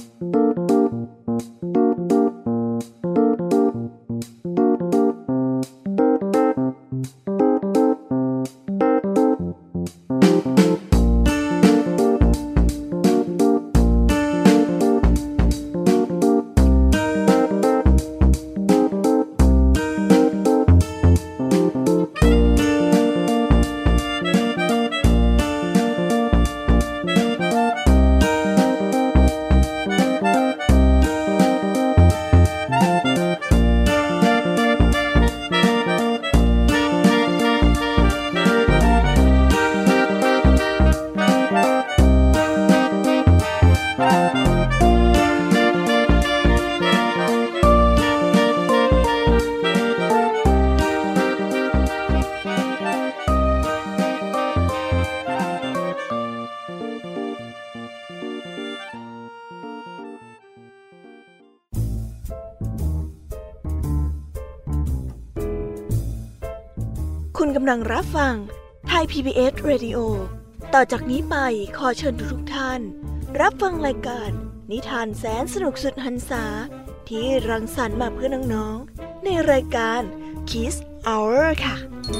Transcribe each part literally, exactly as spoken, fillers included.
คุณกำลังรับฟังไทย พี บี เอส Radio ต่อจากนี้ไปขอเชิญทุกท่านรับฟังรายการนิทานแสนสนุกสุดหรรษาที่รังสรรค์มาเพื่อน้องๆในรายการ Kids Hour ค่ะ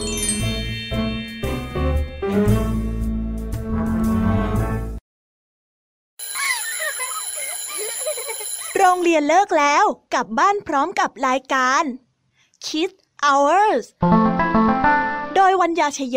โรงเรียนเลิกแล้วกลับบ้านพร้อมกับรายการ Kids Hoursโดยวัญญาชโย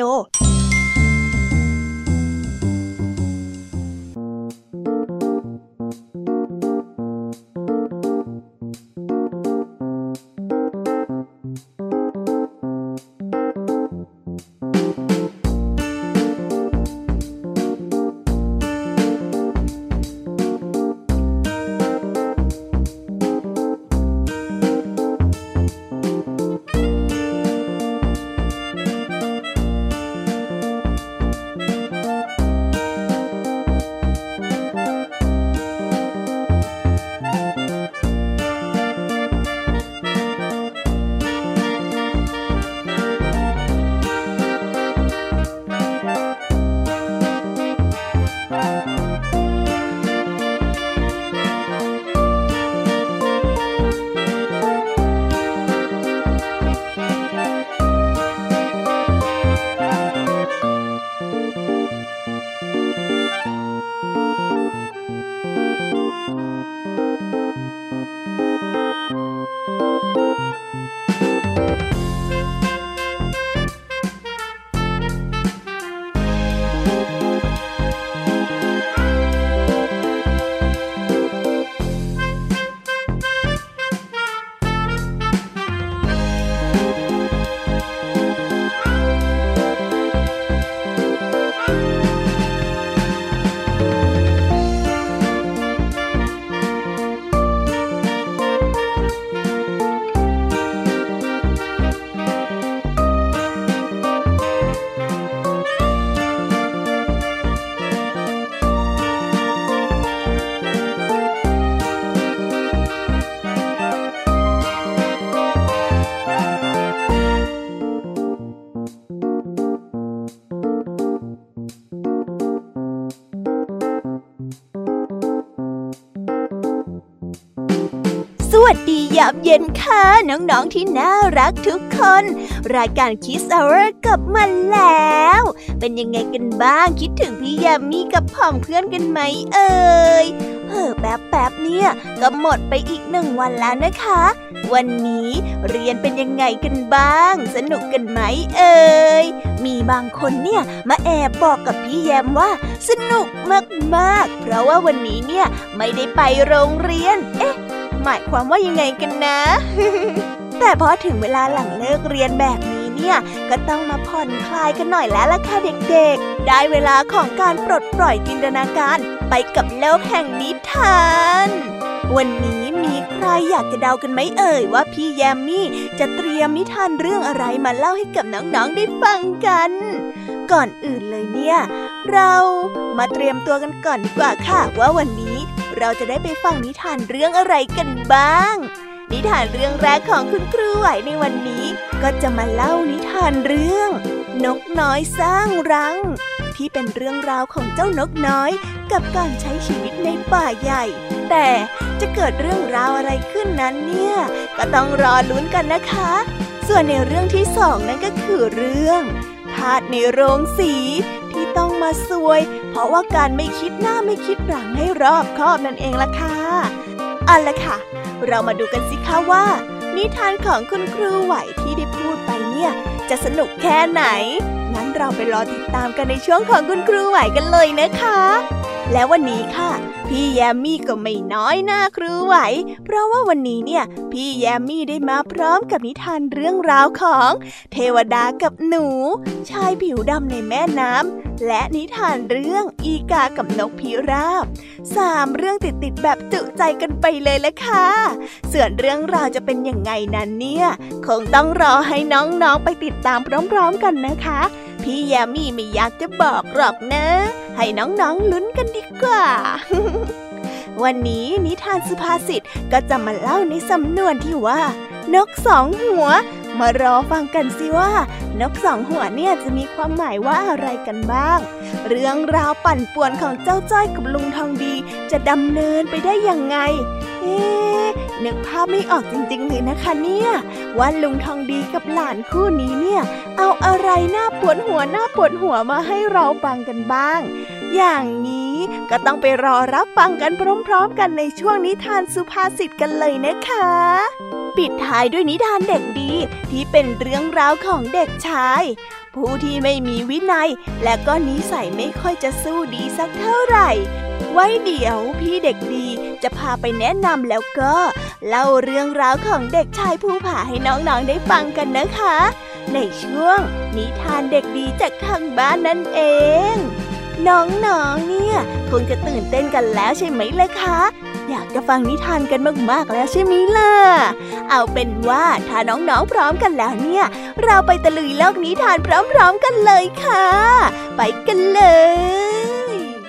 สวัสดียามเย็นค่ะน้องๆที่น่ารักทุกคนรายการ Kids Hour กลับมาแล้วเป็นยังไงกันบ้างคิดถึงพี่ยามีกับพ่อมเพื่อนกันไหมเอ่ยเพ้อแป๊บๆเนี่ยก็หมดไปอีกหนึ่งวันแล้วนะคะวันนี้เรียนเป็นยังไงกันบ้างสนุกกันไหมเอ่ยมีบางคนเนี่ยมาแอบบอกกับพี่แยมว่าสนุกมากๆเพราะว่าวันนี้เนี่ยไม่ได้ไปโรงเรียนเอ๊ะหมายความว่ายังไงกันนะ แต่พอถึงเวลาหลังเลิกเรียนแบบนี้เนี่ยก็ต้องมาผ่อนคลายกันหน่อยแล้วล่ะค่ะเด็กๆได้เวลาของการปลดปล่อยจินตนาการไปกับโลกแห่งนิทานวันนี้มีใครอยากจะเดากันไหมเอ่ยว่าพี่แยมมี่จะเตรียมนิทานเรื่องอะไรมาเล่าให้กับน้องๆได้ฟังกันก่อนอื่นเลยเนี่ยเรามาเตรียมตัวกันก่อนดีกว่าค่ะว่าวันนี้เราจะได้ไปฟังนิทานเรื่องอะไรกันบ้างนิทานเรื่องแรกของคุณครูไหวในวันนี้ก็จะมาเล่านิทานเรื่องนกน้อยสร้างรัง ที่เป็นเรื่องราวของเจ้านกน้อยกับการใช้ชีวิตในป่าใหญ่แต่จะเกิดเรื่องราวอะไรขึ้นนั้นเนี่ยก็ต้องรอลุ้นกันนะคะส่วนในเรื่องที่สองนั้นก็คือเรื่องทาสในโรงสีที่ต้องมาซวยเพราะว่าการไม่คิดหน้าไม่คิดหลังให้รอบคอบนั่นเองล่ะค่ะเอาล่ะค่ะเรามาดูกันสิคะว่านิทานของคุณครูไหวที่ได้พูดไปเนี่ยจะสนุกแค่ไหนงั้นเราไปรอติดตามกันในช่วงของคุณครูไหวกันเลยนะคะและวันนี้ค่ะพี่แยมมี่ก็ไม่น้อยหน้าครูไหวเพราะว่าวันนี้เนี่ยพี่แยมมี่ได้มาพร้อมกับนิทานเรื่องราวของเทวดากับหนูชายผิวดำในแม่น้ำและนิทานเรื่องอีกากับนกพิราบสามเรื่องติดๆแบบจุใจกันไปเลยละค่ะส่วนเรื่องราวจะเป็นยังไงนั้นเนี่ยคงต้องรอให้น้องๆไปติดตามพร้อมๆกันนะคะพี่แยมมี่ไม่อยากจะบอกหรอกนะให้น้องๆลุ้นกันดีกว่า วันนี้นิทานสุภาษิตก็จะมาเล่าในสำนวนที่ว่านกสองหัวมารอฟังกันสิว่านกสองหัวเนี่ยจะมีความหมายว่าอะไรกันบ้างเรื่องราวปั่นป่วนของเจ้าจ้อยกับลุงทองดีจะดำเนินไปได้ยังไงเอ๊ะนึกภาพไม่ออกจริงๆเลยนะคะเนี่ยว่าลุงทองดีกับหลานคู่นี้เนี่ยเอาอะไรน่าปวดหัวน่าปวดหัวมาให้เราฟังกันบ้างอย่างนี้ก็ต้องไปรอรับฟังกันพร้อมๆกันในช่วงนิทานสุภาษิตกันเลยนะคะปิดท้ายด้วยนิทานเด็กดีที่เป็นเรื่องราวของเด็กชายผู้ที่ไม่มีวินัยและก็นิสัยไม่ค่อยจะสู้ดีสักเท่าไหร่ไว้เดี๋ยวพี่เด็กดีจะพาไปแนะนำแล้วก็เล่าเรื่องราวของเด็กชายภูผาให้น้องๆได้ฟังกันนะคะในช่วงนิทานเด็กดีจากทางบ้านนั่นเองน้องๆเนี่ยคงจะตื่นเต้นกันแล้วใช่ไหมล่ะคะอยากจะฟังนิทานกันมากๆแล้วใช่ไหมล่ะเอาเป็นว่าถ้าน้องๆพร้อมกันแล้วเนี่ยเราไปตะลุยโลกนิทานพร้อมๆกันเลยค่ะไปกันเลย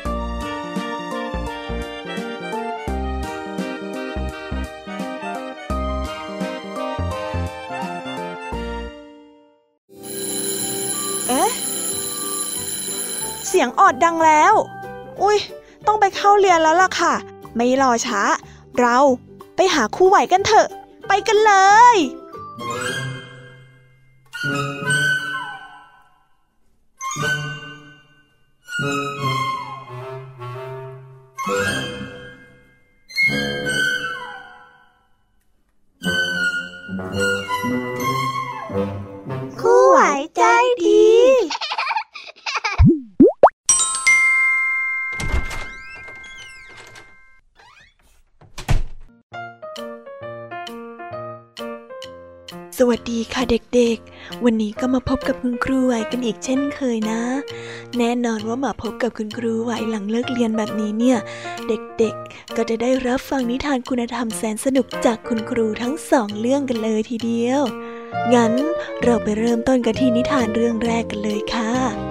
เอ๊ะเสียงออดดังแล้วอุ๊ยต้องไปเข้าเรียนแล้วล่ะค่ะไม่รอช้าเราไปหาครูไหวกันเถอะไปกันเลยครูไหวใจดีสวัสดีค่ะเด็กๆวันนี้ก็มาพบกับคุณครูไหวกันอีกเช่นเคยนะแน่นอนว่ามาพบกับคุณครูไหวหลังเลิกเรียนแบบนี้เนี่ยเด็กๆก็จะได้รับฟังนิทานคุณธรรมแสนสนุกจากคุณครูทั้งสองเรื่องกันเลยทีเดียวงั้นเราไปเริ่มต้นกันที่นิทานเรื่องแรกกันเลยค่ะ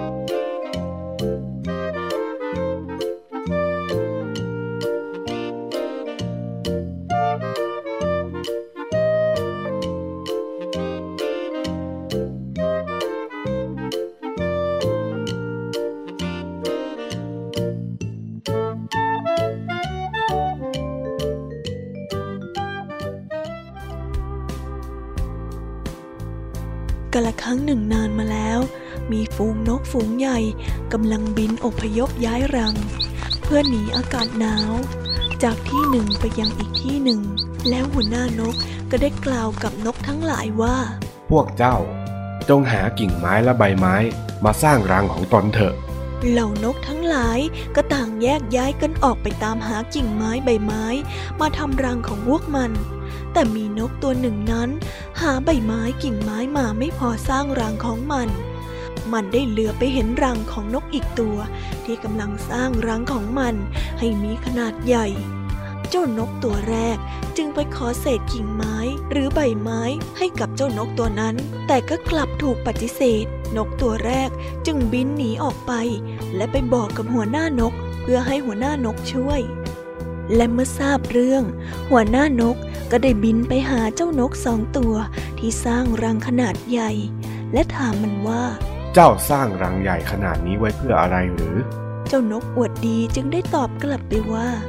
กาลครั้งหนึ่งนานมาแล้วมีฝูงนกฝูงใหญ่กำลังบินอพยพย้ายรังเพื่อหนีอากาศหนาวจากที่หนึ่งไปยังอีกที่หนึ่งแล้วหัวหน้านกก็ได้กล่าวกับนกทั้งหลายว่าพวกเจ้าจงหากิ่งไม้และใบไม้มาสร้างรังของตนเถอะเหล่านกทั้งหลายก็ต่างแยกย้ายกันออกไปตามหากิ่งไม้ใบไม้มาทำรังของพวกมันแต่มีนกตัวหนึ่งนั้นหาใบไม้กิ่งไม้มาไม่พอสร้างรังของมันมันได้เหลือไปเห็นรังของนกอีกตัวที่กำลังสร้างรังของมันให้มีขนาดใหญ่เจ้านกตัวแรกจึงไปขอเศษกิ่งไม้หรือใบไม้ให้กับเจ้านกตัวนั้นแต่ก็กลับถูกปฏิเสธนกตัวแรกจึงบินหนีออกไปและไปบอกกับหัวหน้านกเพื่อให้หัวหน้านกช่วยและเมื่อทราบเรื่องหัวหน้านกก็ได้บินไปหาเจ้านกสองตัวที่สร้างรังขนาดใหญ่และถามมันว่าเจ้าสร้างรังใหญ่ขนาดนี้ไว้เพื่ออะไรหรือเจ้านกอวดดีจึงได้ตอบกลับไปว่าเออ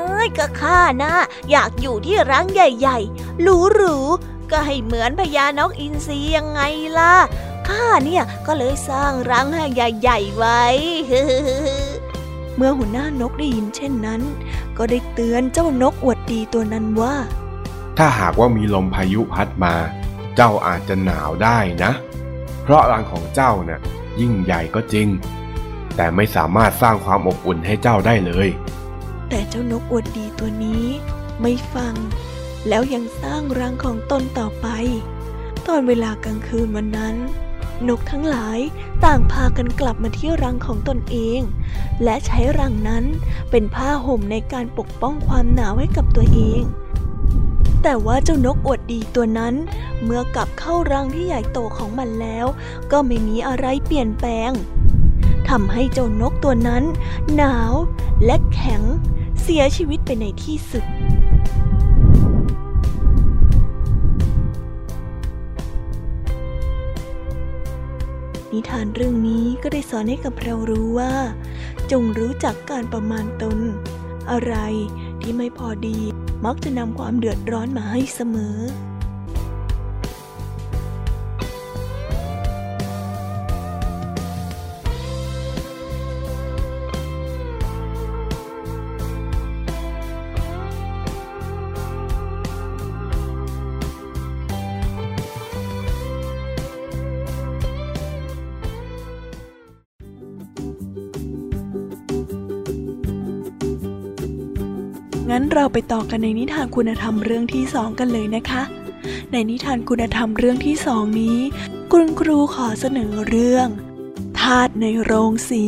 อ้ยก็ข้านะอยากอยู่ที่รังใหญ่ๆหรูๆก็ให้เหมือนพญานกอินทรียังไงล่ะข้าเนี่ยก็เลยสร้างรังให้ใหญ่ๆไว้เมื่อหัวหน้านกได้ยินเช่นนั้นก็ได้เตือนเจ้านกอวดดีตัวนั้นว่าถ้าหากว่ามีลมพายุพัดมาเจ้าอาจจะหนาวได้นะเพราะรังของเจ้าน่ะยิ่งใหญ่ก็จริงแต่ไม่สามารถสร้างความอบอุ่นให้เจ้าได้เลยแต่เจ้านกอวดดีตัวนี้ไม่ฟังแล้วยังสร้างรังของตนต่อไปตอนเวลากลางคืนวันนั้นนกทั้งหลายต่างพากันกลับมาที่รังของตนเองและใช้รังนั้นเป็นผ้าห่มในการปกป้องความหนาวให้กับตัวเองแต่ว่าเจ้านกอวดดีตัวนั้นเมื่อกลับเข้ารังที่ใหญ่โตของมันแล้วก็ไม่มีอะไรเปลี่ยนแปลงทำให้เจ้านกตัวนั้นหนาวและแข็งเสียชีวิตไปในที่สุดนิทานเรื่องนี้ก็ได้สอนให้กับเรารู้ว่าจงรู้จักการประมาณตนอะไรที่ไม่พอดีมักจะนำความเดือดร้อนมาให้เสมองั้นเราไปต่อกันในนิทานคุณธรรมเรื่องที่สองกันเลยนะคะในนิทานคุณธรรมเรื่องที่สองนี้คุณครูขอเสนอเรื่องทาสในโรงสี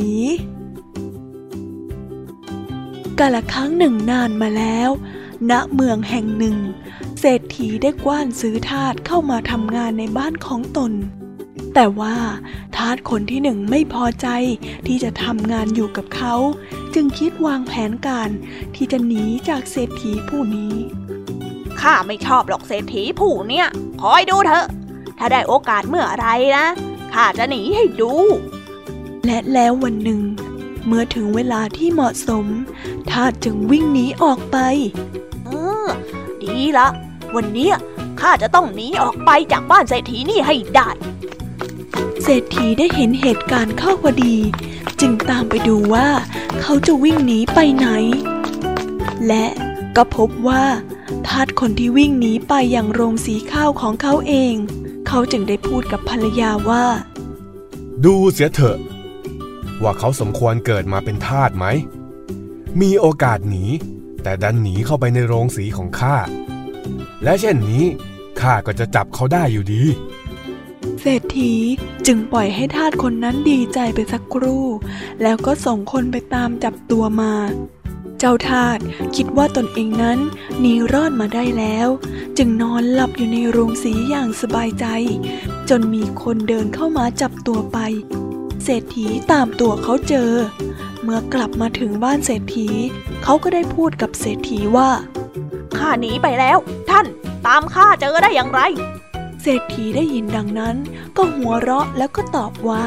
กาลครั้งหนึ่งนานมาแล้วณเมืองแห่งหนึ่งเศรษฐีได้กว้านซื้อทาสเข้ามาทำงานในบ้านของตนแต่ว่าทาสคนที่หนึ่งไม่พอใจที่จะทำงานอยู่กับเขาจึงคิดวางแผนการที่จะหนีจากเศรษฐีผู้นี้ข้าไม่ชอบหรอกเศรษฐีผู้เนี่ยคอยดูเถอะถ้าได้โอกาสเมื่อไรนะข้าจะหนีให้ดูและแล้ววันหนึ่งเมื่อถึงเวลาที่เหมาะสมทาสจึงวิ่งหนีออกไปเออดีละวันนี้ข้าจะต้องหนีออกไปจากบ้านเศรษฐีนี่ให้ได้เศรษฐีได้เห็นเหตุการณ์เข้าพอดีจึงตามไปดูว่าเขาจะวิ่งหนีไปไหนและก็พบว่าทาสคนที่วิ่งหนีไปยังโรงสีข้าวของเขาเองเขาจึงได้พูดกับภรรยาว่าดูเสียเถอะว่าเขาสมควรเกิดมาเป็นทาสไหมมีโอกาสหนีแต่ดันหนีเข้าไปในโรงสีของข้าและเช่นนี้ข้าก็จะจับเขาได้อยู่ดีเศรษฐีจึงปล่อยให้ทาสคนนั้นดีใจไปสักครู่แล้วก็ส่งคนไปตามจับตัวมาเจ้าทาสคิดว่าตนเองนั้นหนีรอดมาได้แล้วจึงนอนหลับอยู่ในโรงสีอย่างสบายใจจนมีคนเดินเข้ามาจับตัวไปเศรษฐีตามตัวเขาเจอเมื่อกลับมาถึงบ้านเศรษฐีเขาก็ได้พูดกับเศรษฐีว่าข้าหนีไปแล้วท่านตามข้าเจอได้อย่างไรเศรษฐีได้ยินดังนั้นก็หัวเราะแล้วก็ตอบว่า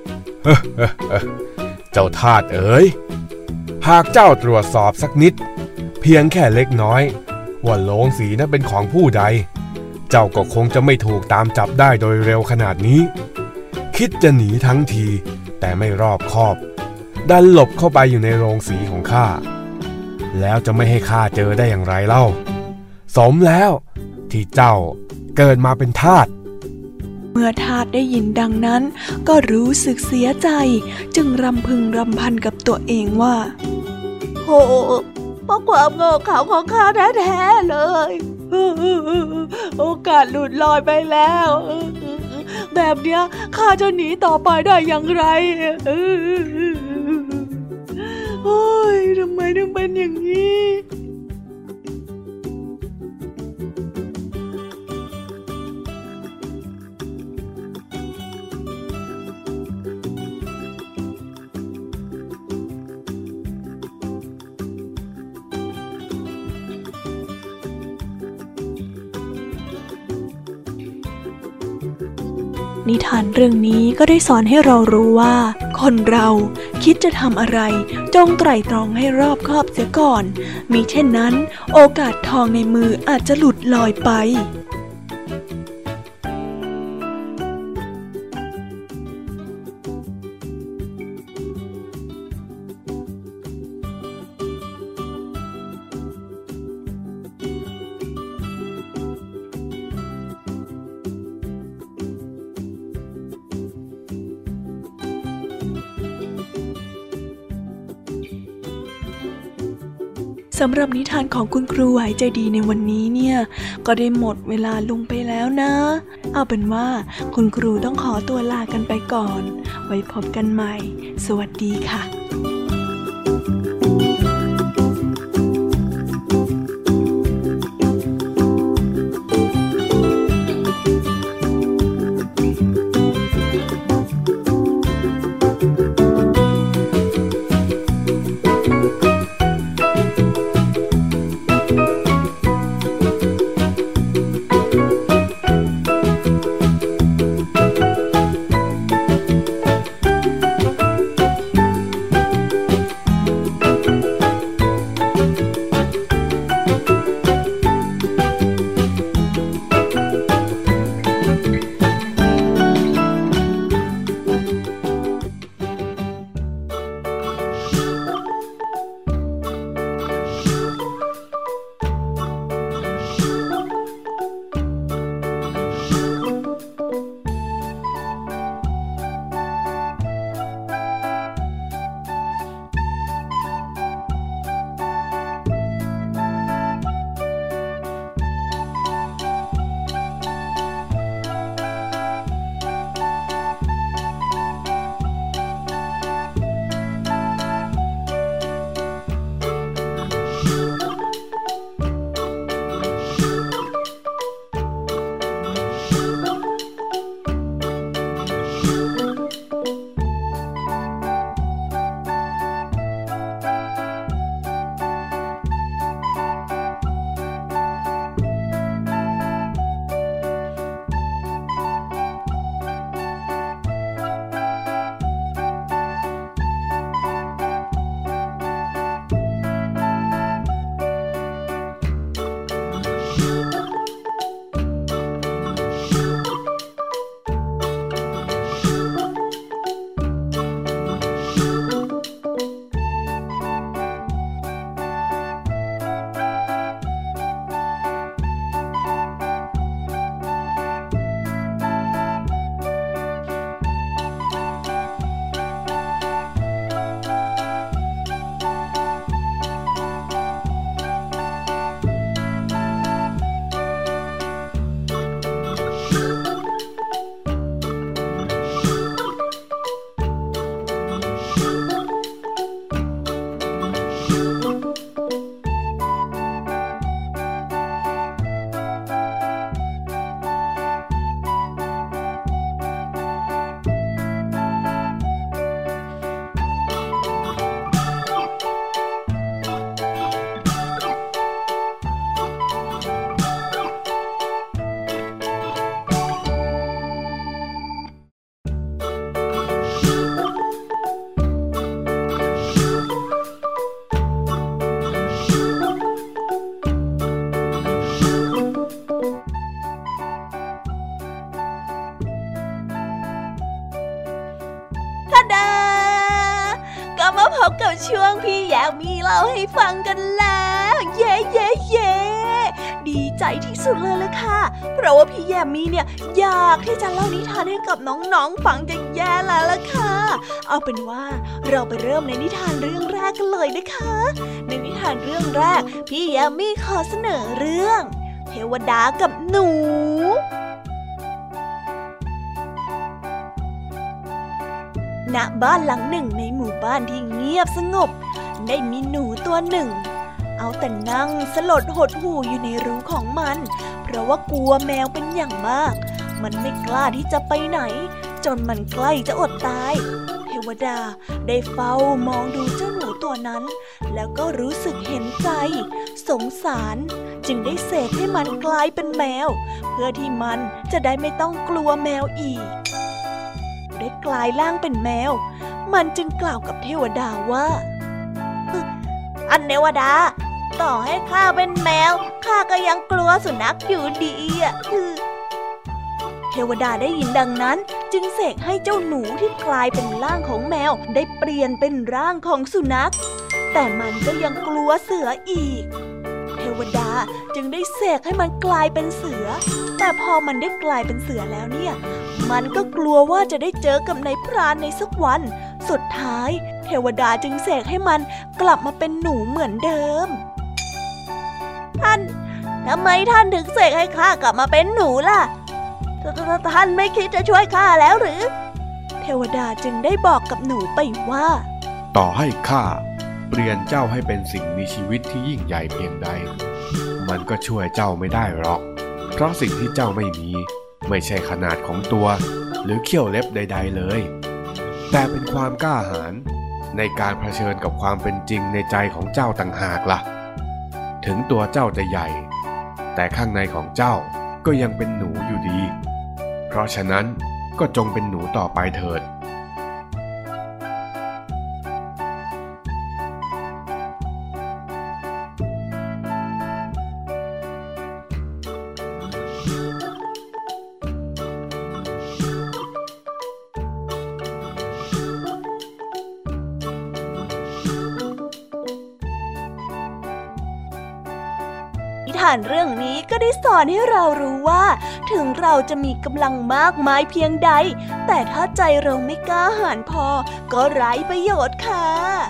เจ้าทาสเอ๋ยหากเจ้าตรวจสอบสักนิดเพียงแค่เล็กน้อยว่าโรงสีนั้นเป็นของผู้ใดเจ้าก็คงจะไม่ถูกตามจับได้โดยเร็วขนาดนี้คิดจะหนีทั้งทีแต่ไม่รอบคอบดันหลบเข้าไปอยู่ในโรงสีของข้าแล้วจะไม่ให้ข้าเจอได้อย่างไรเล่าสมแล้วที่เจ้าเกิดมาเป็นทาสเมื่อทาสได้ยินดังนั้นก็รู้สึกเสียใจจึงรำพึงรำพันกับตัวเองว่าโอ้เพราะความโง่เขลาของข้าแท้ๆเลยโอกาสหลุดลอยไปแล้วแบบเนี้ยข้าจะหนีต่อไปได้อย่างไรโอ้ยทำไมถึงเป็นอย่างนี้นิทานเรื่องนี้ก็ได้สอนให้เรารู้ว่าคนเราคิดจะทำอะไรจงไตร่ตรองให้รอบคอบเสียก่อนมิเช่นนั้นโอกาสทองในมืออาจจะหลุดลอยไปสำหรับนิทานของคุณครูไหวใจดีในวันนี้เนี่ยก็ได้หมดเวลาลงไปแล้วนะเอาเป็นว่าคุณครูต้องขอตัวลากันไปก่อนไว้พบกันใหม่สวัสดีค่ะพบกับช่วงพี่อยากมีเล่าให้ฟังกันแล้วเย้เย้เย้ดีใจที่สุดเลยละค่ะเพราะว่าพี่แยมมี่เนี่ยอยากที่จะเล่านิทานให้กับน้องๆฟังจะแย่แล้วล่ะค่ะเอาเป็นว่าเราไปเริ่มในนิทานเรื่องแรกกันเลยนะคะในนิทานเรื่องแรกพี่แยมมี่ขอเสนอเรื่องเทวดากับหนูณบ้านหลังหนึ่งในหมู่บ้านที่เงียบสงบได้มีหนูตัวหนึ่งเอาแต่นั่งสลดหดหู่อยู่ในรูของมันเพราะว่ากลัวแมวเป็นอย่างมากมันไม่กล้าที่จะไปไหนจนมันใกล้จะอดตายเทวดาได้เฝ้ามองดูเจ้าหนูตัวนั้นแล้วก็รู้สึกเห็นใจสงสารจึงได้เสกให้มันกลายเป็นแมวเพื่อที่มันจะได้ไม่ต้องกลัวแมวอีกได้กลายร่างเป็นแมวมันจึงกล่าวกับเทวดาว่าอันเทวดาต่อให้ข้าเป็นแมวข้าก็ยังกลัวสุนัขอยู่ดีอ่ะเทวดาได้ยินดังนั้นจึงเสกให้เจ้าหนูที่กลายเป็นร่างของแมวได้เปลี่ยนเป็นร่างของสุนัขแต่มันก็ยังกลัวเสืออีกเทวดาจึงได้เสกให้มันกลายเป็นเสือแต่พอมันได้กลายเป็นเสือแล้วเนี่ยมันก็กลัวว่าจะได้เจอกับนายพรานในสักวันสุดท้ายเทวดาจึงเสกให้มันกลับมาเป็นหนูเหมือนเดิมท่านทำไมท่านถึงเสกให้ข้ากลับมาเป็นหนูล่ะท่านไม่คิดจะช่วยข้าแล้วหรือเทวดาจึงได้บอกกับหนูไปว่าต่อให้ข้าเปลี่ยนเจ้าให้เป็นสิ่งมีชีวิตที่ยิ่งใหญ่เพียงใดมันก็ช่วยเจ้าไม่ได้หรอกเพราะสิ่งที่เจ้าไม่มีไม่ใช่ขนาดของตัวหรือเขี้ยวเล็บใดๆเลยแต่เป็นความกล้าหาญในการเผชิญกับความเป็นจริงในใจของเจ้าต่างหากล่ะถึงตัวเจ้าจะใหญ่แต่ข้างในของเจ้าก็ยังเป็นหนูอยู่ดีเพราะฉะนั้นก็จงเป็นหนูต่อไปเถิดนิทานเรื่องนี้ก็ได้สอนให้เรารู้ว่าถึงเราจะมีกำลังมากมายเพียงใดแต่ถ้าใจเราไม่กล้าหาญพอก็ไร้ประโยชน์ค่ะ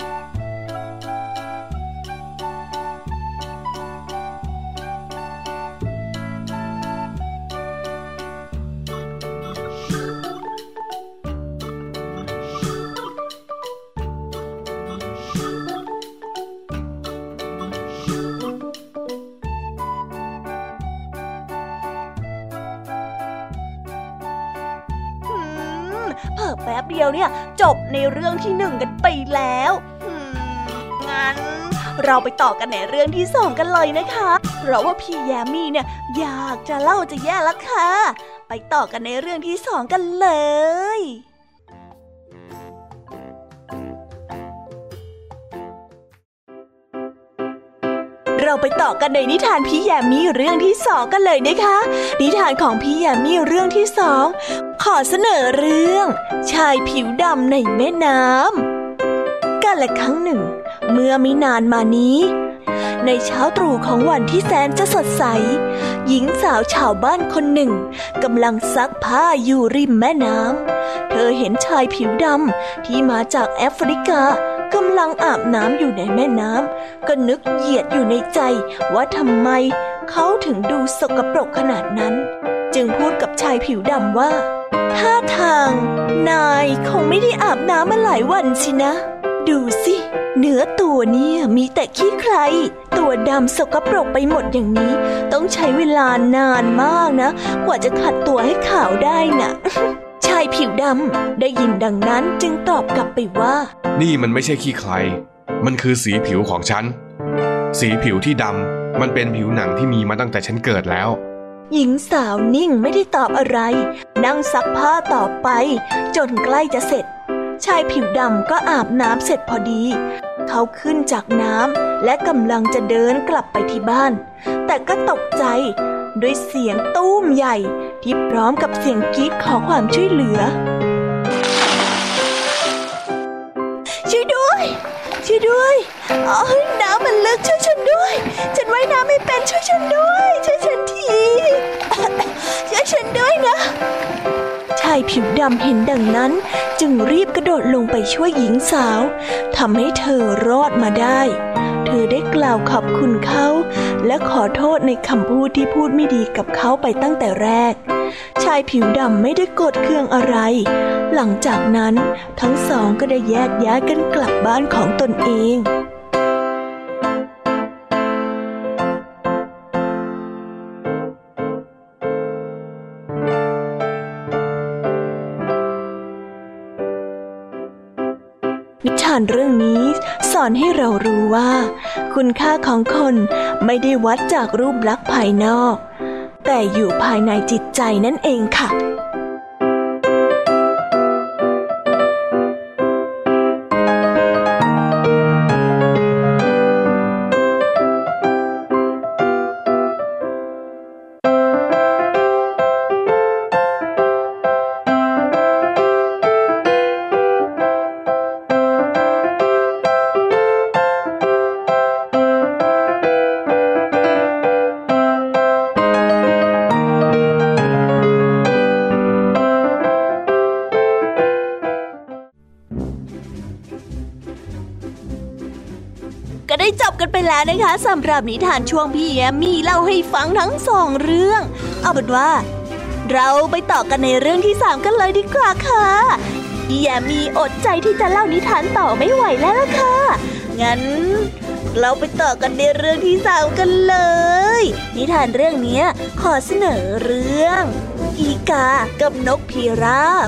เพิ่มแป๊บเดียวเนี่ยจบในเรื่องที่หนึ่งกันไปแล้วงั้นเราไปต่อกันในเรื่องที่สองกันเลยนะคะเพราะว่าพี่แยมมี่เนี่ยอยากจะเล่าจะแย่แล้วค่ะไปต่อกันในเรื่องที่สองกันเลยเราไปต่อกันในนิทานพี่แยมมี่เรื่องที่สองกันเลยนะคะนิทานของพี่แยมมี่เรื่องที่สองขอเสนอเรื่องชายผิวดำในแม่น้ำกาลครั้งหนึ่งเมื่อไม่นานมานี้ในเช้าตรู่ของวันที่แสนจะสดใสหญิงสาวชาวบ้านคนหนึ่งกำลังซักผ้าอยู่ริมแม่น้ำเธอเห็นชายผิวดำที่มาจากแอฟริกากำลังอาบน้ำอยู่ในแม่น้ำก็นึกเหยียดอยู่ในใจว่าทำไมเขาถึงดูสกปรกขนาดนั้นจึงพูดกับชายผิวดำว่าท่าทางนายคงไม่ได้อาบน้ำมาหลายวันสินะดูสิเนื้อตัวเนี่ยมีแต่ขี้ใครตัวดำสกปรกไปหมดอย่างนี้ต้องใช้เวลานานมากนะกว่าจะขัดตัวให้ขาวได้น่ะ ชายผิวดำได้ยินดังนั้นจึงตอบกลับไปว่านี่มันไม่ใช่ขี้ใครมันคือสีผิวของฉันสีผิวที่ดำมันเป็นผิวหนังที่มีมาตั้งแต่ฉันเกิดแล้วหญิงสาวนิ่งไม่ได้ตอบอะไรนั่งซักผ้าต่อไปจนใกล้จะเสร็จชายผิวดำก็อาบน้ำเสร็จพอดีเขาขึ้นจากน้ำและกำลังจะเดินกลับไปที่บ้านแต่ก็ตกใจด้วยเสียงตู้มใหญ่ที่พร้อมกับเสียงกรี๊ดขอความช่วยเหลือช่วยด้วยช่วยด้วยอ๋อน้ำมันลึกช่วยฉันด้วยฉันว่ายน้ำไม่เป็นช่วยฉันด้วยช่วยฉันทีช่วยฉันด้วยนะชายผิวดำเห็นดังนั้นจึงรีบกระโดดลงไปช่วยหญิงสาวทำให้เธอรอดมาได้เธอได้กล่าวขอบคุณเขาและขอโทษในคำพูดที่พูดไม่ดีกับเขาไปตั้งแต่แรกชายผิวดำไม่ได้โกรธเคืองอะไรหลังจากนั้นทั้งสองก็ได้แยกย้ายกันกลับบ้านของตนเองนิทานเรื่องนี้สอนให้เรารู้ว่าคุณค่าของคนไม่ได้วัดจากรูปลักษณ์ภายนอกแต่อยู่ภายในจิตใจนั่นเองค่ะกันไปแล้วนะคะสำหรับนิทานช่วงพี่แยมมี่เล่าให้ฟังทั้งสองเรื่องเอาเป็นว่าเราไปต่อกันในเรื่องที่สามกันเลยดีกว่าค่ะพี่แยมมี่อดใจที่จะเล่านิทานต่อไม่ไหวแล้วล่ะค่ะงั้นเราไปต่อกันในเรื่องที่สามกันเลยนิทานเรื่องนี้ขอเสนอเรื่องอีกากับนกพิราบ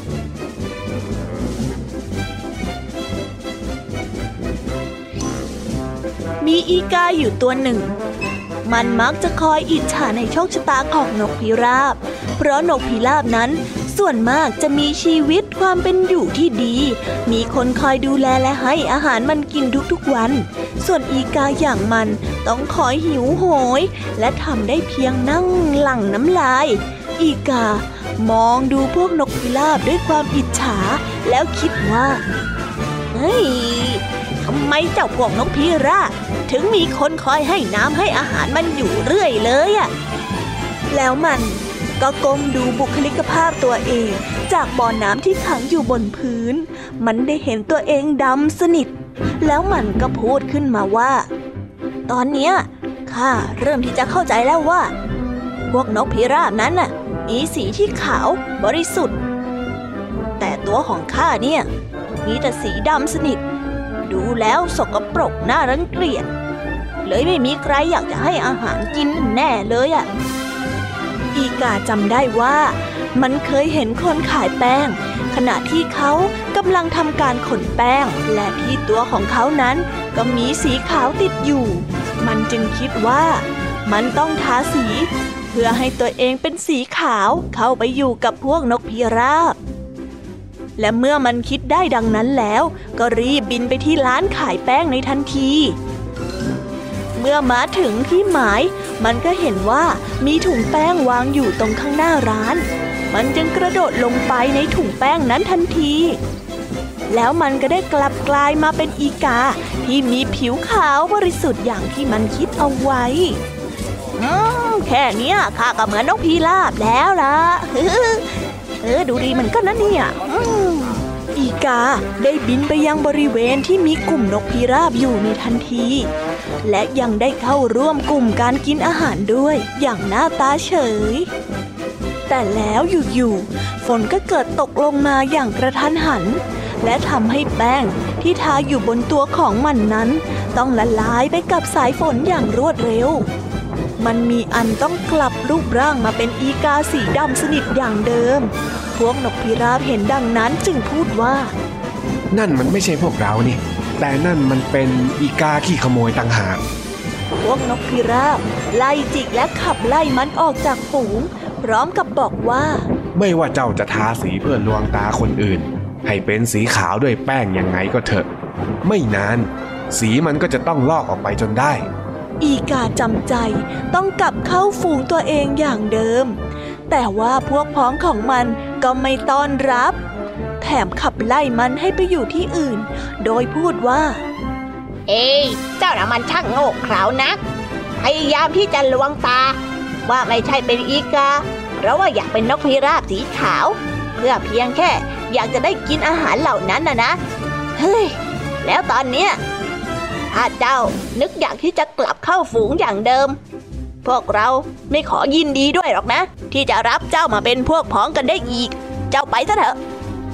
มีอีกาอยู่ตัวหนึ่งมันมักจะคอยอิจฉาในโชคชะตาของนกพิราบเพราะนกพิราบนั้นส่วนมากจะมีชีวิตความเป็นอยู่ที่ดีมีคนคอยดูแลและให้อาหารมันกินทุกๆวันส่วนอีกาอย่างมันต้องคอยหิวโหยและทำได้เพียงนั่งหลั่งน้ำลายอีกามองดูพวกนกพิราบด้วยความอิจฉาแล้วคิดว่าเฮ้ยทำไมเจ้าพวกนกพิราบถึงมีคนคอยให้น้ำให้อาหารมันอยู่เรื่อยเลยอะแล้วมันก็ก้มดูบุคลิกภาพตัวเองจากบ่อน้ำที่ขังอยู่บนพื้นมันได้เห็นตัวเองดำสนิทแล้วมันก็พูดขึ้นมาว่าตอนเนี้ยข้าเริ่มที่จะเข้าใจแล้วว่าพวกนกพิราบนั้นน่ะมีสีที่ขาวบริสุทธิ์แต่ตัวของข้าเนี่ยมีแต่สีดำสนิทดูแล้วสกปรกน่ารังเกียจเลยไม่มีใครอยากจะให้อาหารกินแน่เลยอ่ะอีกาจำได้ว่ามันเคยเห็นคนขายแป้งขณะที่เขากำลังทำการขนแป้งและที่ตัวของเขานั้นก็มีสีขาวติดอยู่มันจึงคิดว่ามันต้องทาสีเพื่อให้ตัวเองเป็นสีขาวเข้าไปอยู่กับพวกนกพิราบและเมื่อมันคิดได้ดังนั้นแล้วก็รีบบินไปที่ร้านขายแป้งในทันทีเมื่อมาถึงที่หมายมันก็เห็นว่ามีถุงแป้งวางอยู่ตรงข้างหน้าร้านมันจึงกระโดดลงไปในถุงแป้งนั้นทันทีแล้วมันก็ได้กลับกลายมาเป็นอีกาที่มีผิวขาวบริสุทธิ์อย่างที่มันคิดเอาไว้อืมแค่เนี้ยข้าก็เหมือนนกพิราบแล้วล่ะ เออดูดีเหมือนกันนะเนี่ยอีกาได้บินไปยังบริเวณที่มีกลุ่มนกพิราบอยู่ในทันทีและยังได้เข้าร่วมกลุ่มการกินอาหารด้วยอย่างหน้าตาเฉยแต่แล้วอยู่ๆฝนก็เกิดตกลงมาอย่างกระทันหันและทำให้แป้งที่ทาอยู่บนตัวของมันนั้นต้องละลายไปกับสายฝนอย่างรวดเร็วมันมีอันต้องกลับรูปร่างมาเป็นอีกาสีดำสนิทอย่างเดิมพวกนกพิราบเห็นดังนั้นจึงพูดว่านั่นมันไม่ใช่พวกเรานี่แต่นั่นมันเป็นอีกาขี้ขโมยต่างหากพวกนกพิราบไล่จิกและขับไล่มันออกจากฝูงพร้อมกับบอกว่าไม่ว่าเจ้าจะทาสีเพื่อลวงตาคนอื่นให้เป็นสีขาวด้วยแป้งยังไงก็เถอะไม่นานสีมันก็จะต้องลอกออกไปจนได้อีกาจำใจต้องกลับเข้าฝูงตัวเองอย่างเดิมแต่ว่าพวกพ้องของมันก็ไม่ต้อนรับแถมขับไล่มันให้ไปอยู่ที่อื่นโดยพูดว่าเอ้ยเจ้าน่ะมันช่างโง่เขลานักพยายามที่จะลวงตาว่าไม่ใช่เป็นอีกาเพราะว่าอยากเป็นนกพิราบสีขาวเพื่อเพียงแค่อยากจะได้กินอาหารเหล่านั้นน่ะนะเฮ้ยแล้วตอนเนี้ยถ้าเจ้านึกอยากที่จะกลับเข้าฝูงอย่างเดิมพวกเราไม่ขอยินดีด้วยหรอกนะที่จะรับเจ้ามาเป็นพวกพ้องกันได้อีกเจ้าไปซะเถอะ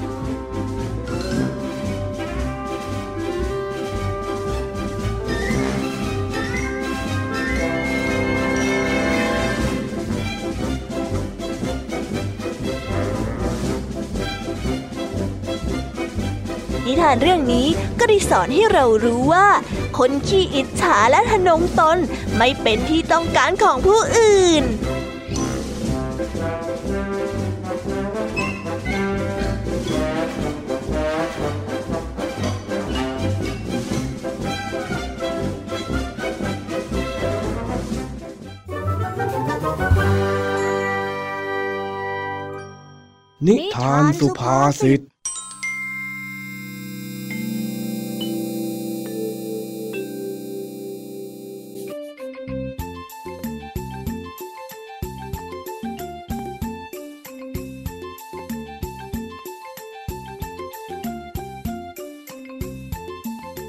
นิทานเรื่องนี้ก็ได้สอนให้เรารู้ว่าคนขี้อิจฉาและทะนงตนไม่เป็นที่ต้องการของผู้อื่นนิทานสุภาษิต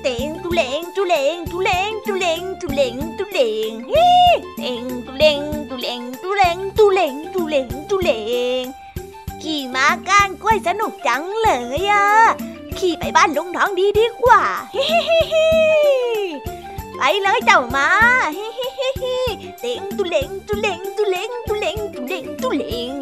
เต็งตุเลงตุเลงตุเลงตุเลงตุเลงตุเลงเฮ้เต็งตุเลงตุเลงตุเลงตุเลงตุเลงตุเลงขี่ม้าก้านกล้วยสนุกจังเลยอะขี่ไปบ้านลุงทองดีดีกว่าเฮ้ไปเลยเจ้าม้าเฮ้เต็งตุเลงตุเลงตุเลงตุเลงตุเลงตุเลง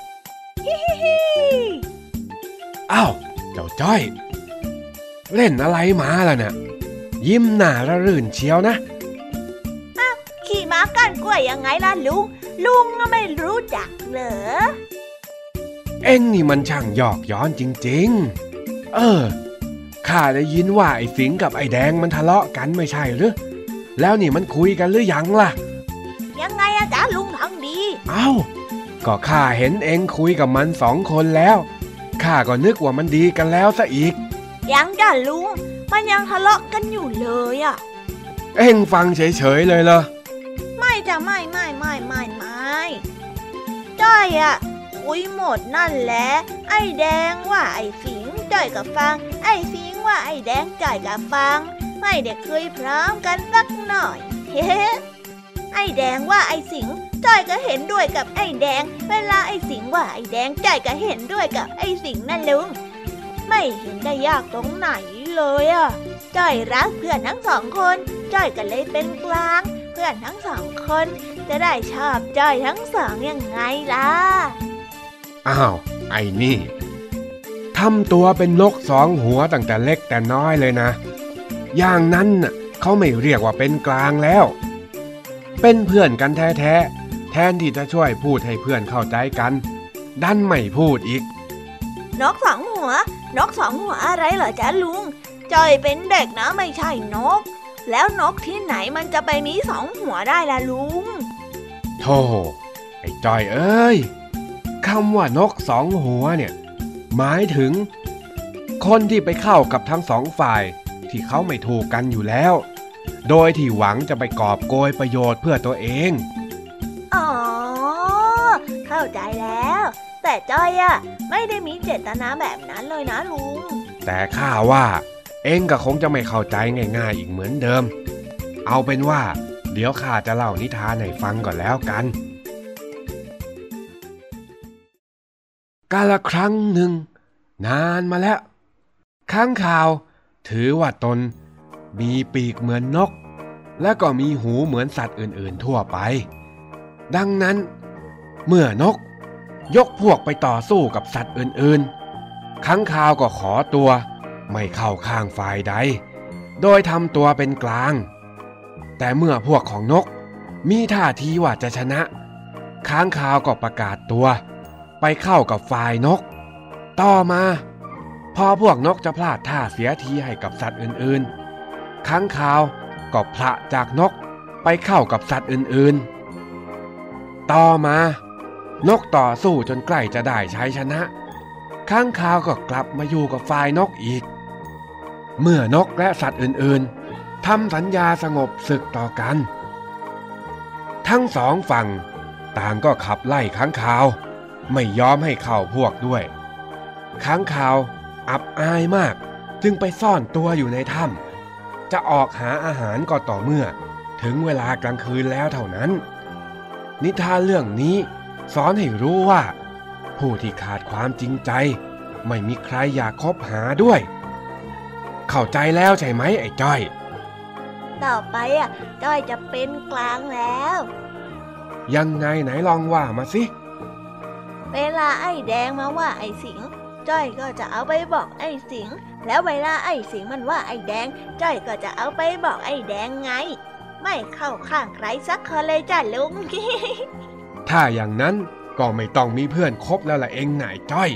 อ้าวเจ้าจ้อยเล่นอะไรมาล่ะเนี่ยยิ้มหน้าระรื่นเชียวนะอ้าวขี่ม้าก้านกล้วยยังไงล่ะลุงลุงก็ไม่รู้จักเหรอเอ็งนี่มันช่างหยอกย้อนจริงๆเออข้าได้ยินว่าไอ้สิงกับไอ้แดงมันทะเลาะกันไม่ใช่หรือแล้วนี่มันคุยกันหรือยังล่ะยังไงอะจ๊ะลุงทองดีเอ้าก็ข้าเห็นเอ็งคุยกับมันสองคนแล้วข้าก็นึกว่ามันดีกันแล้วซะอีกยังจ้ะลุงมันยังทะเลาะกันอยู่เลยอะเอ็งฟังเฉยๆเลยเหรอไม่จ้ะไม่ไม่ไม่ไม่ไม่จ้อยอะคุยหมดนั่นแหละไอ้แดงว่าไอ้สิงจ้อยกับฟังไอ้สิงว่าไอ้แดงจ้อยกับฟังไม่ได้คุยพร้อมกันสักหน่อยเฮ้ไอ้แดงว่าไอ้สิงจ้อยก็เห็นด้วยกับไอ้แดงเวลาไอ้สิงว่าไอ้แดงจ้อยก็เห็นด้วยกับไอ้สิงนั่นลุงไม่เห็นได้ยากตรงไหนเลยอ่ะจ้อยรักเพื่อนทั้งสองคนจ้อยก็เลยเป็นกลางเพื่อนทั้งสองคนจะได้ชอบจ้อยทั้งสองยังไงล่ะอ้าวไอ้นี่ทำตัวเป็นนกสองหัวตั้งแต่เล็กแต่น้อยเลยนะอย่างนั้นน่ะเขาไม่เรียกว่าเป็นกลางแล้วเป็นเพื่อนกันแท้ๆแทนที่จะช่วยพูดให้เพื่อนเข้าใจกันดันไม่พูดอีกนกสองหัวนกสองหัวอะไรเหรอจ๊ะลุงจ้อยเป็นเด็กนะไม่ใช่นกแล้วนกที่ไหนมันจะไปมีสองหัวได้ล่ะลุงโธ่ไอ้จ้อยเอ้ยคำว่านกสองหัวเนี่ยหมายถึงคนที่ไปเข้ากับทั้งสองฝ่ายที่เขาไม่ถูกกันอยู่แล้วโดยที่หวังจะไปกอบโกยประโยชน์เพื่อตัวเองอ๋อเข้าใจแล้วแต่จ้อยอะไม่ได้มีเจตนาแบบนั้นเลยนะลุงแต่ข้าว่าเองก็คงจะไม่เข้าใจง่ายๆอีกเหมือนเดิมเอาเป็นว่าเดี๋ยวข้าจะเล่านิทานให้ฟังก่อนแล้วกันกาลครั้งหนึ่งนานมาแล้วค้างคาวถือว่าตนมีปีกเหมือนนกและก็มีหูเหมือนสัตว์อื่นๆทั่วไปดังนั้นเมื่อนกยกพวกไปต่อสู้กับสัตว์อื่นๆค้างคาวก็ขอตัวไม่เข้าข้างฝ่ายใดโดยทำตัวเป็นกลางแต่เมื่อพวกของนกมีท่าทีว่าจะชนะค้างคาวก็ประกาศตัวไปเข้ากับฝ่ายนกต่อมาพอพวกนกจะพลาดท่าเสียทีให้กับสัตว์อื่นๆค้างคาวก็พละจากนกไปเข้ากับสัตว์อื่นๆต่อมานกต่อสู้จนใกล้จะได้ชัยชนะค้างคาวก็กลับมาอยู่กับฝ่ายนกอีกเมื่อนกและสัตว์อื่นๆทำสัญญาสงบศึกต่อกันทั้งสองฝั่งต่างก็ขับไล่ค้างคาวไม่ยอมให้เข้าพวกด้วยค้างคาวอับอายมากจึงไปซ่อนตัวอยู่ในถ้ำจะออกหาอาหารก็ต่อเมื่อถึงเวลากลางคืนแล้วเท่านั้นนิทานเรื่องนี้สอนให้รู้ว่าผู้ที่ขาดความจริงใจไม่มีใครอยากคบหาด้วยเข้าใจแล้วใช่ไหมไอ้จ้อยต่อไปอ่ะจ้อยจะเป็นกลางแล้วยังไงไหนลองว่ามาสิเวลาไอ้แดงมาว่าไอ้สิงจ้อยก็จะเอาไปบอกไอ้สิงแล้วเวลาไอ้สิงมันว่าไอ้แดงจ้อยก็จะเอาไปบอกไอ้แดงไงไม่เข้าข้างใครสักคนเลยจ้ะลุงถ้าอย่างนั้นก็ไม่ต้องมีเพื่อนคบแล้วล่ะเองนายจ้อย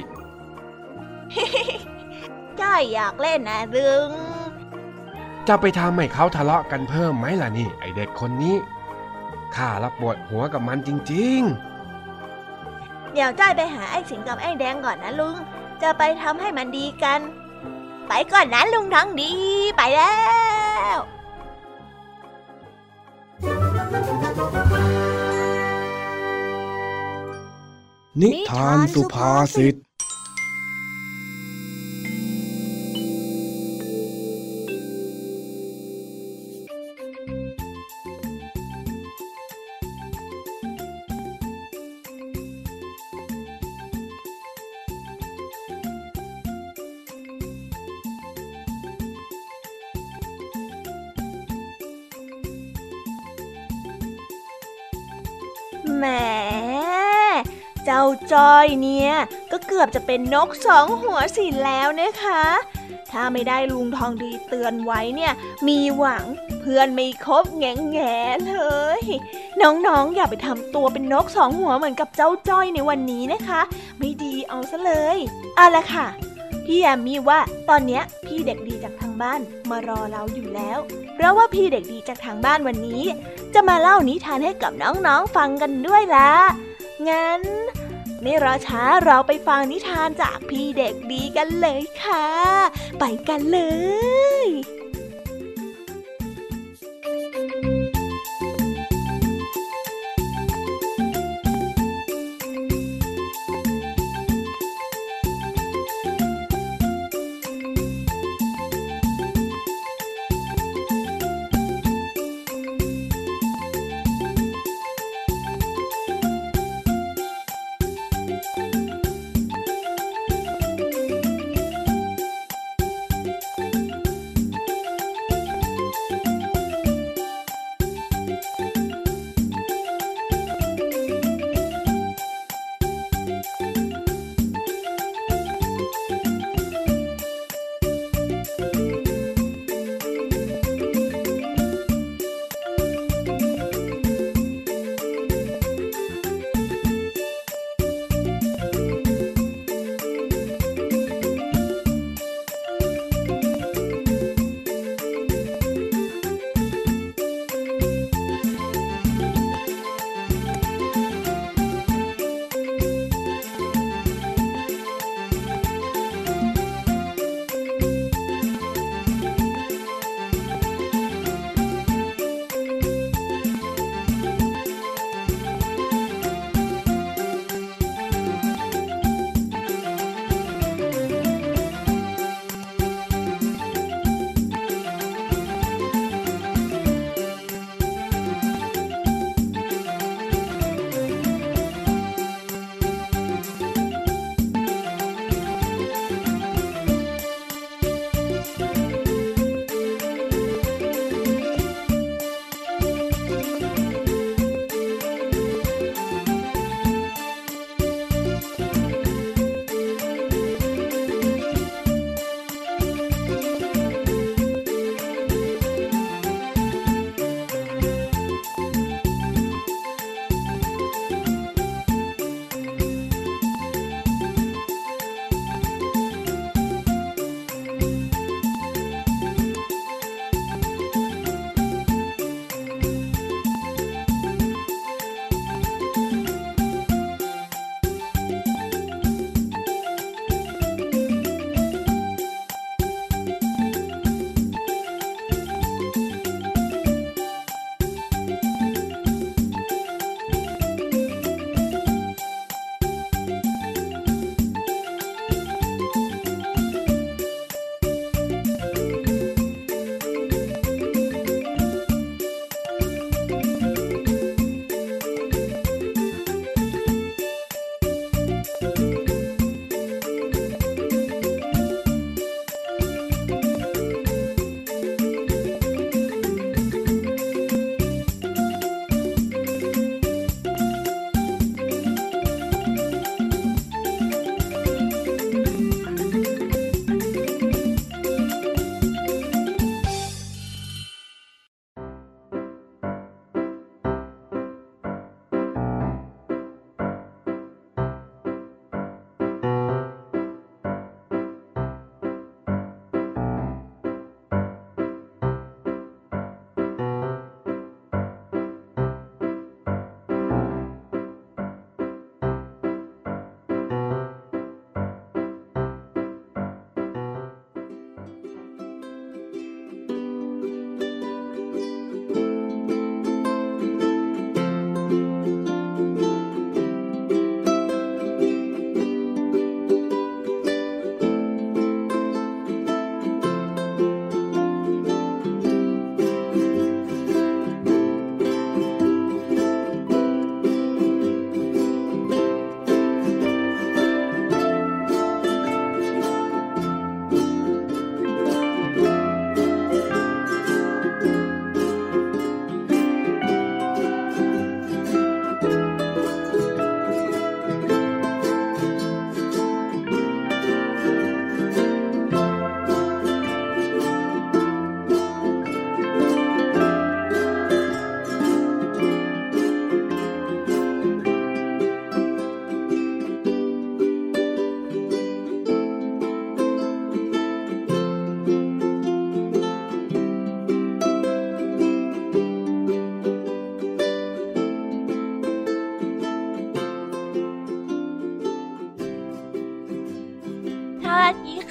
จ้อยอยากเล่นนะลุงจะไปทำให้เขาทะเลาะกันเพิ่มไหมล่ะนี่ไอเด็กคนนี้ข้าละปวดหัวกับมันจริงๆเดี๋ยวจ้อยไปหาไอ้สิงกับไอ้แดงก่อนนะลุงจะไปทำให้มันดีกันไปก่อนนะลุงทั้งดีไปแล้วนิทานสุภาษิตแหมเจ้าจ้อยเนี่ยก็เกือบจะเป็นนกสองหัวสิแล้วนะคะถ้าไม่ได้ลุงทองดีเตือนไว้เนี่ยมีหวังเพื่อนไม่คบแง่แง่เลยน้องๆอย่าไปทำตัวเป็นนกสองหัวเหมือนกับเจ้าจ้อยในวันนี้นะคะไม่ดีเอาซะเลยเอาละค่ะพี่แยมมี่ว่าตอนเนี้ยพี่เด็กดีจากทางบ้านมารอเราอยู่แล้วเพราะว่าพี่เด็กดีจากทางบ้านวันนี้จะมาเล่านิทานให้กับน้องๆฟังกันด้วยล่ะงั้นไม่รอช้าเราไปฟังนิทานจากพี่เด็กดีกันเลยค่ะไปกันเลย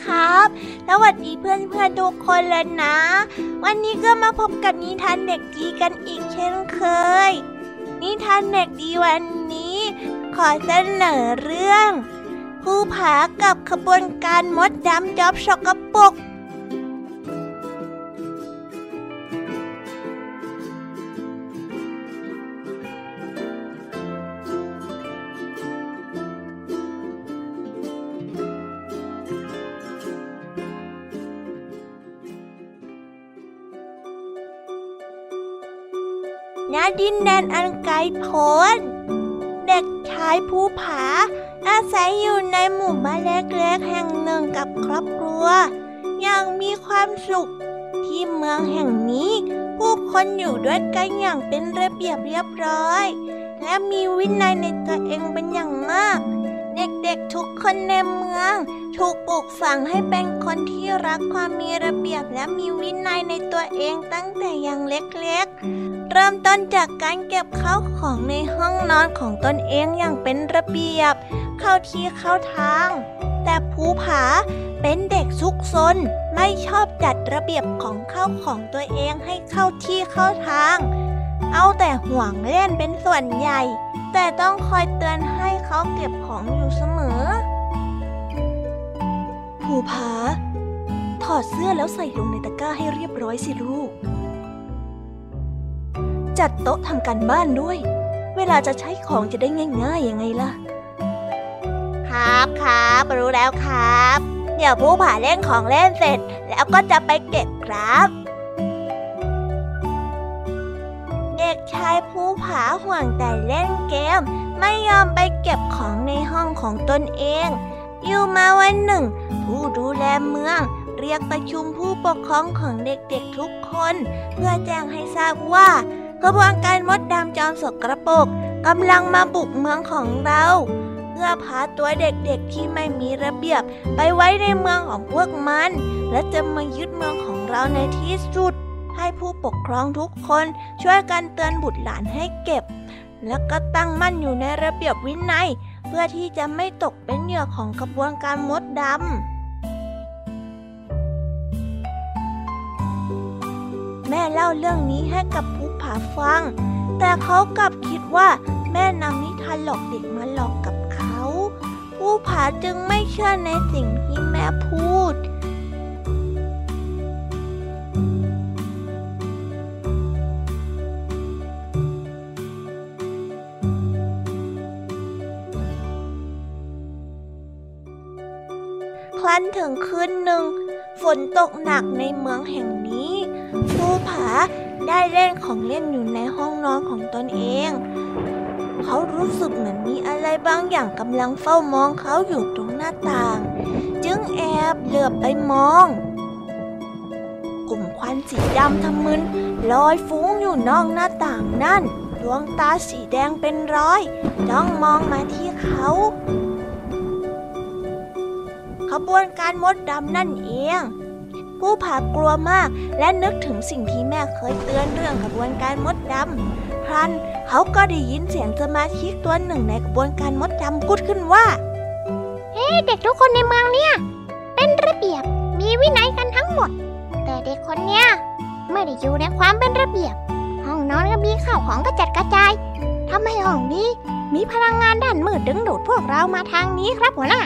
ครับสวัสดีเพื่อนๆทุกคนเลยนะวันนี้ก็มาพบกับนิทานเด็กดีกันอีกเช่นเคยนิทานเด็กดีวันนี้ขอเสนอเรื่องภูผากับขบวนการมดดำจอบสกปรกณดินแดนอันไกลโพ้นเด็กชายภูผาอาศัยอยู่ในหมู่บ้านเล็กๆแห่งหนึ่งกับครอบครัวอย่างมีความสุขที่เมืองแห่งนี้ผู้คนอยู่ด้วยกันอย่างเป็นระเบียบเรียบร้อยและมีวินัยในตัวเองเป็นอย่างมากเด็กๆทุกคนในเมืองถูกปลูกฝังให้เป็นคนที่รักความมีระเบียบและมีวินัยในตัวเองตั้งแต่ยังเล็กๆเริ่มต้นจากการเก็บข้าวของในห้องนอนของตนเองอย่างเป็นระเบียบเข้าที่เข้าทางแต่ภูผาเป็นเด็กซุกซนไม่ชอบจัดระเบียบของข้าวของตัวเองให้เข้าที่เข้าทางเอาแต่ห่วงเล่นเป็นส่วนใหญ่แต่ต้องคอยเตือนให้เขาเก็บของอยู่เสมอภูผาถอดเสื้อแล้วใส่ลงในตะกร้าให้เรียบร้อยสิลูกจัดโต๊ะทำการบ้านด้วยเวลาจะใช้ของจะได้ง่ายๆยังไงล่ะครับครับรู้แล้วครับเดี๋ยวภูผาเล่นของเล่นเสร็จแล้วก็จะไปเก็บครับเด็กชายภูผาห่วงแต่เล่นเกมไม่ยอมไปเก็บของในห้องของตนเองอยู่มาวันหนึ่งผู้ดูแลเมืองเรียกประชุมผู้ปกครองของเด็กๆทุกคนเพื่อแจ้งให้ทราบว่ากระบวนการมดดำจอมสกปรกกำลังมาบุกเมืองของเราเพื่อพาตัวเด็กๆที่ไม่มีระเบียบไปไว้ในเมืองของพวกมันและจะมายึดเมืองของเราในที่สุดให้ผู้ปกครองทุกคนช่วยกันเตือนบุตรหลานให้เก็บและก็ตั้งมั่นอยู่ในระเบียบวินัยเพื่อที่จะไม่ตกเป็นเหยื่อของกระบวนการมดดำแม่เล่าเรื่องนี้ให้กับภูผาฟังแต่เขากลับคิดว่าแม่นำนิทานหลอกเด็กมาหลอกกับเขาภูผาจึงไม่เชื่อในสิ่งที่แม่พูดครั้นถึงคืนหนึ่งฝนตกหนักในเมืองแห่งนี้ภูผาได้เล่นของเล่นอยู่ในห้องนอนของตนเองเขารู้สึกเหมือนมีอะไรบางอย่างกำลังเฝ้ามองเขาอยู่ตรงหน้าต่างจึงแอบเหลือบไปมองกลุ่มควันสีดำทะมึนลอยฟุ้งอยู่นอกหน้าต่างนั่นดวงตาสีแดงเป็นร้อยจ้องมองมาที่เขาขบวนการมดดำนั่นเองภูผากลัวมากและนึกถึงสิ่งที่แม่เคยเตือนเรื่องขบวนการมดดำครั้นเขาก็ได้ยินเสียงสมาชิกตัวหนึ่งในขบวนการมดดำพูดขึ้นว่าเฮ้ hey, เด็กทุกคนในเมืองเนี่ยเป็นระเบียบมีวินัยกันทั้งหมดแต่เด็กคนเนี้ยไม่ได้อยู่ในความเป็นระเบียบห้องนอนก็มีข้าวของกระจัดกระจายทำให้ห้องนี้มีพลังงานด้านมืดดึงดูดพวกเรามาทางนี้ครับหัวหน้า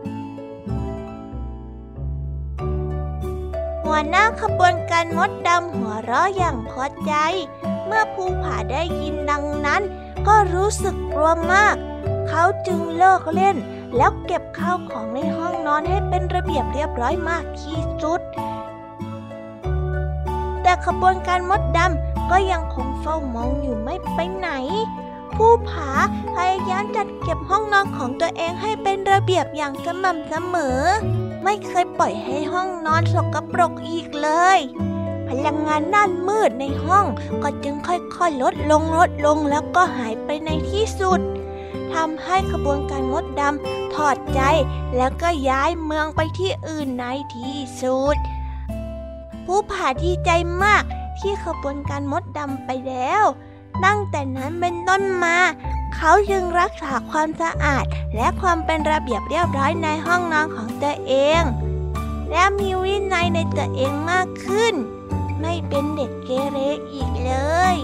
หัวหน้าขบวนการมดดำหัวเราะอย่างพอใจเมื่อภูผาได้ยินดังนั้นก็รู้สึกกลัวมากเขาจึงเลิกเล่นแล้วเก็บข้าวของในห้องนอนให้เป็นระเบียบเรียบร้อยมากที่สุดแต่ขบวนการมดดำก็ยังคงเฝ้ามองอยู่ไม่ไปไหนภูผาพยายามจัดเก็บห้องนอนของตัวเองให้เป็นระเบียบอย่างสม่ำเสมอไม่เคยปล่อยให้ห้องนอนสกปรกอีกเลยพลังงานด้านมืดในห้องก็จึงค่อยๆลดลงลดลงแล้วก็หายไปในที่สุดทำให้ขบวนการมดดำถอดใจแล้วก็ย้ายเมืองไปที่อื่นในที่สุดภูผาดีใจมากที่ขบวนการมดดำไปแล้วตั้งแต่นั้นเป็นต้นมาเขาจึงรักษาความสะอาดและความเป็นระเบียบเรียบร้อยในห้องนอนของตัวเองและมีวินัยในตัวเองมากขึ้นไม่เป็นเด็กเกเรอีกเลย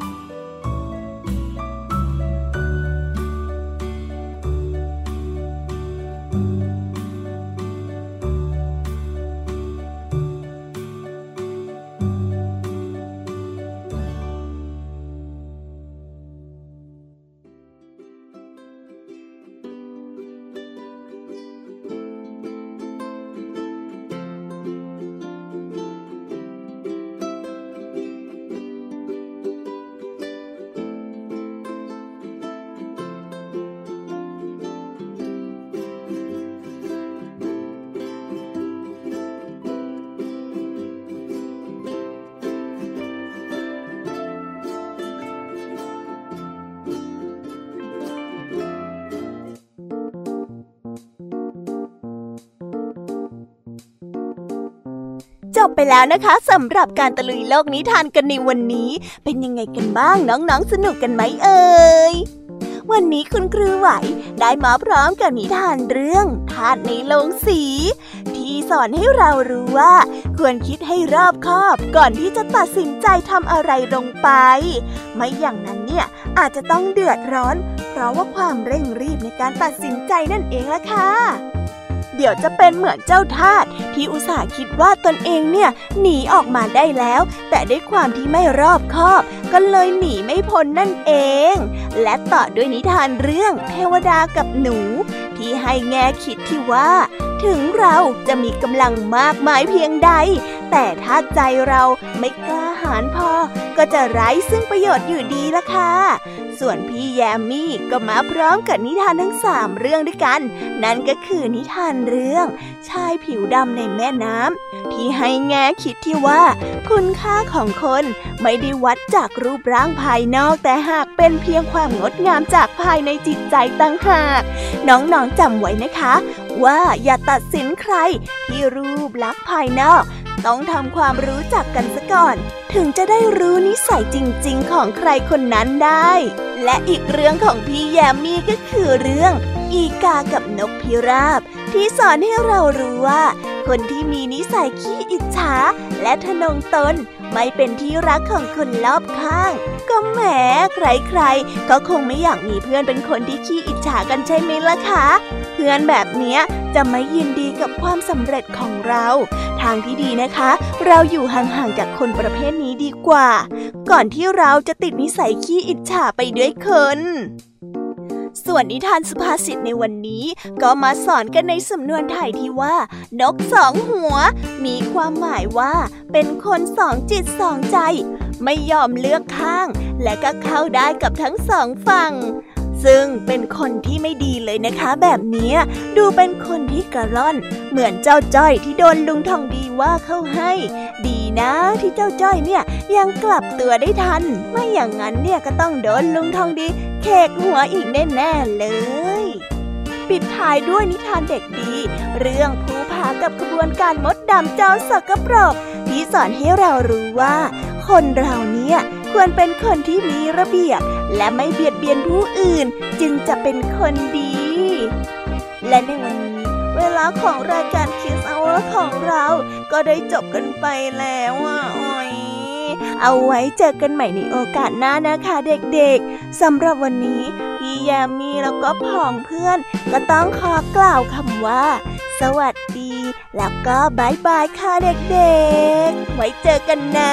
จบไปแล้วนะคะสำหรับการตะลุยโลกนิทานกันในวันนี้เป็นยังไงกันบ้างน้องๆสนุกกันไหมเอ่ยวันนี้คุณครูไหวได้มาพร้อมกับนิทานเรื่องธาตุในโลงสีที่สอนให้เรารู้ว่าควรคิดให้รอบคอบก่อนที่จะตัดสินใจทำอะไรลงไปไม่อย่างนั้นเนี่ยอาจจะต้องเดือดร้อนเพราะว่าความเร่งรีบในการตัดสินใจนั่นเองล่ะค่ะเดี๋ยวจะเป็นเหมือนเจ้าทาสที่อุตส่าห์คิดว่าตนเองเนี่ยหนีออกมาได้แล้วแต่ด้วยความที่ไม่รอบคอบก็เลยหนีไม่พ้นนั่นเองและต่อด้วยนิทานเรื่องเทวดากับหนูที่ให้แง่คิดที่ว่าถึงเราจะมีกำลังมากมายเพียงใดแต่ถ้าใจเราไม่กล้าหาญพอก็จะไร้ซึ่งประโยชน์อยู่ดีล่ะค่ะส่วนพี่แยมมี่ก็มาพร้อมกับนิทานทั้งสามเรื่องด้วยกันนั่นก็คือนิทานเรื่องชายผิวดำในแม่น้ำที่ให้แง่คิดที่ว่าคุณค่าของคนไม่ได้วัดจากรูปร่างภายนอกแต่หากเป็นเพียงความงดงามจากภายในจิตใจต่างหากน้องๆจำไว้นะคะว่าอย่าตัดสินใครที่รูปลักษณ์ภายนอกต้องทำความรู้จักกันซะก่อนถึงจะได้รู้นิสัยจริงๆของใครคนนั้นได้และอีกเรื่องของพี่แยมมี่ก็คือเรื่องอีกากับนกพิราบที่สอนให้เรารู้ว่าคนที่มีนิสัยขี้อิจฉาและทะนงตนไม่เป็นที่รักของคนรอบข้างก็แหมใครๆก็คงไม่อยากมีเพื่อนเป็นคนที่ขี้อิจฉากันใช่ไหมล่ะคะเพื่อนแบบนี้จะไม่ยินดีกับความสำเร็จของเราทางที่ดีนะคะเราอยู่ห่างๆจากคนประเภทนี้ดีกว่าก่อนที่เราจะติดนิสัยขี้อิจฉาไปด้วยคนส่วนนิทานสุภาษิตในวันนี้ก็มาสอนกันในสำนวนไทยที่ว่านกสองหัวมีความหมายว่าเป็นคนสองจิตสองใจไม่ยอมเลือกข้างและก็เข้าได้กับทั้งสองฝั่งซึ่งเป็นคนที่ไม่ดีเลยนะคะแบบนี้ดูเป็นคนที่กระร่อนเหมือนเจ้าจ้อยที่โดนลุงทองดีว่าเข้าให้ดีนะที่เจ้าจ้อยเนี่ยยังกลับตัวได้ทันไม่อย่างนั้นเนี่ยก็ต้องโดนลุงทองดีเขกหัวอีกแน่ๆเลยปิดท้ายด้วยนิทานเด็กดีเรื่องภูผากับขบวนการมดดำเจ้าสกปรกที่สอนให้เรารู้ว่าคนเราเนี่ยควรเป็นคนที่มีระเบียบและไม่เบียดเบียนผู้อื่นจึงจะเป็นคนดีและในวันนี้เวลาของรายการ Kids Hour ของเราก็ได้จบกันไปแล้วอ่ะโอ้ยเอาไว้เจอกันใหม่ในโอกาสหน้านะคะเด็กๆสำหรับวันนี้พี่ยามีแล้วก็พ่องเพื่อนก็ต้องขอกล่าวคำว่าสวัสดีแล้วก็บ๊ายบายค่ะเด็กๆไว้เจอกันนะ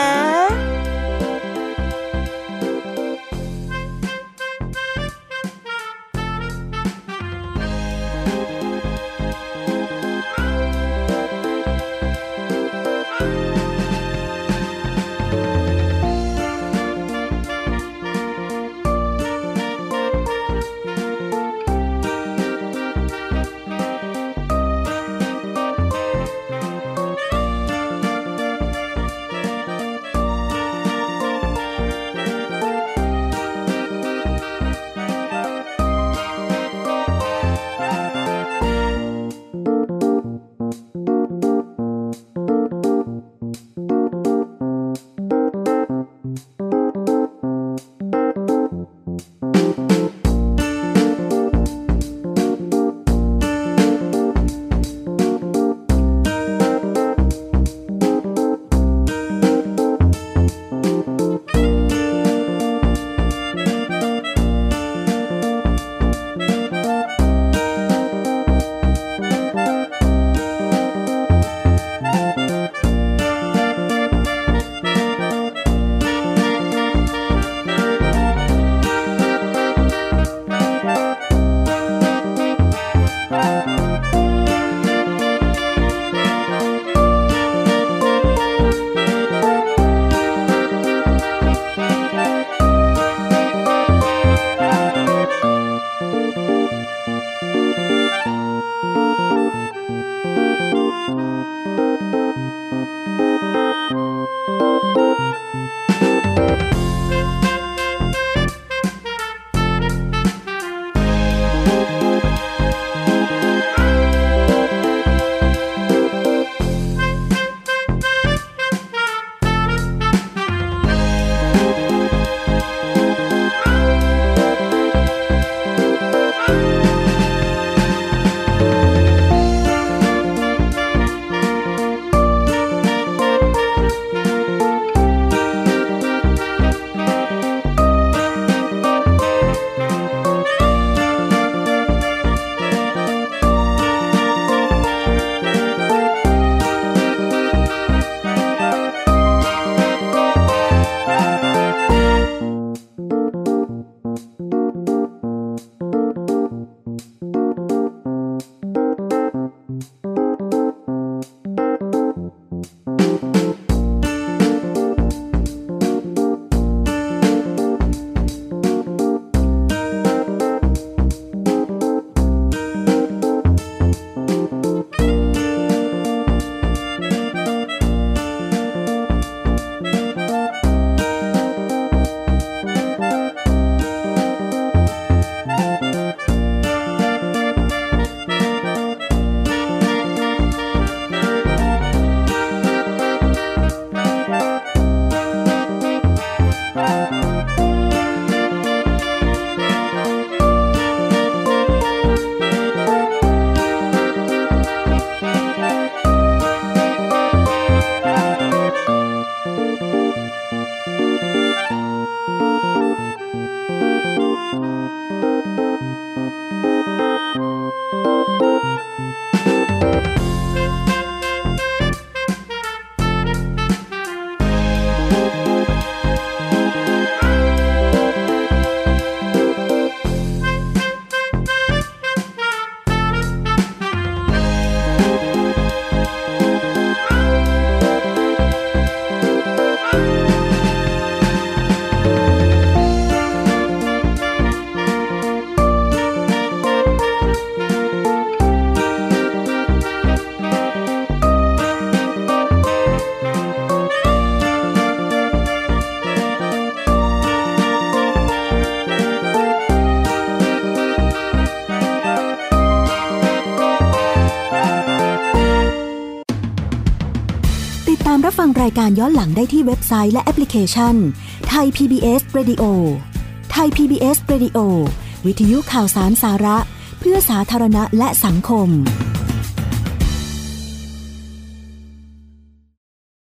รับฟังรายการย้อนหลังได้ที่เว็บไซต์และแอปพลิเคชัน Thai พี บี เอส Radio Thai พี บี เอส Radio วิทยุข่าวสารสาระเพื่อสาธารณะและสังคม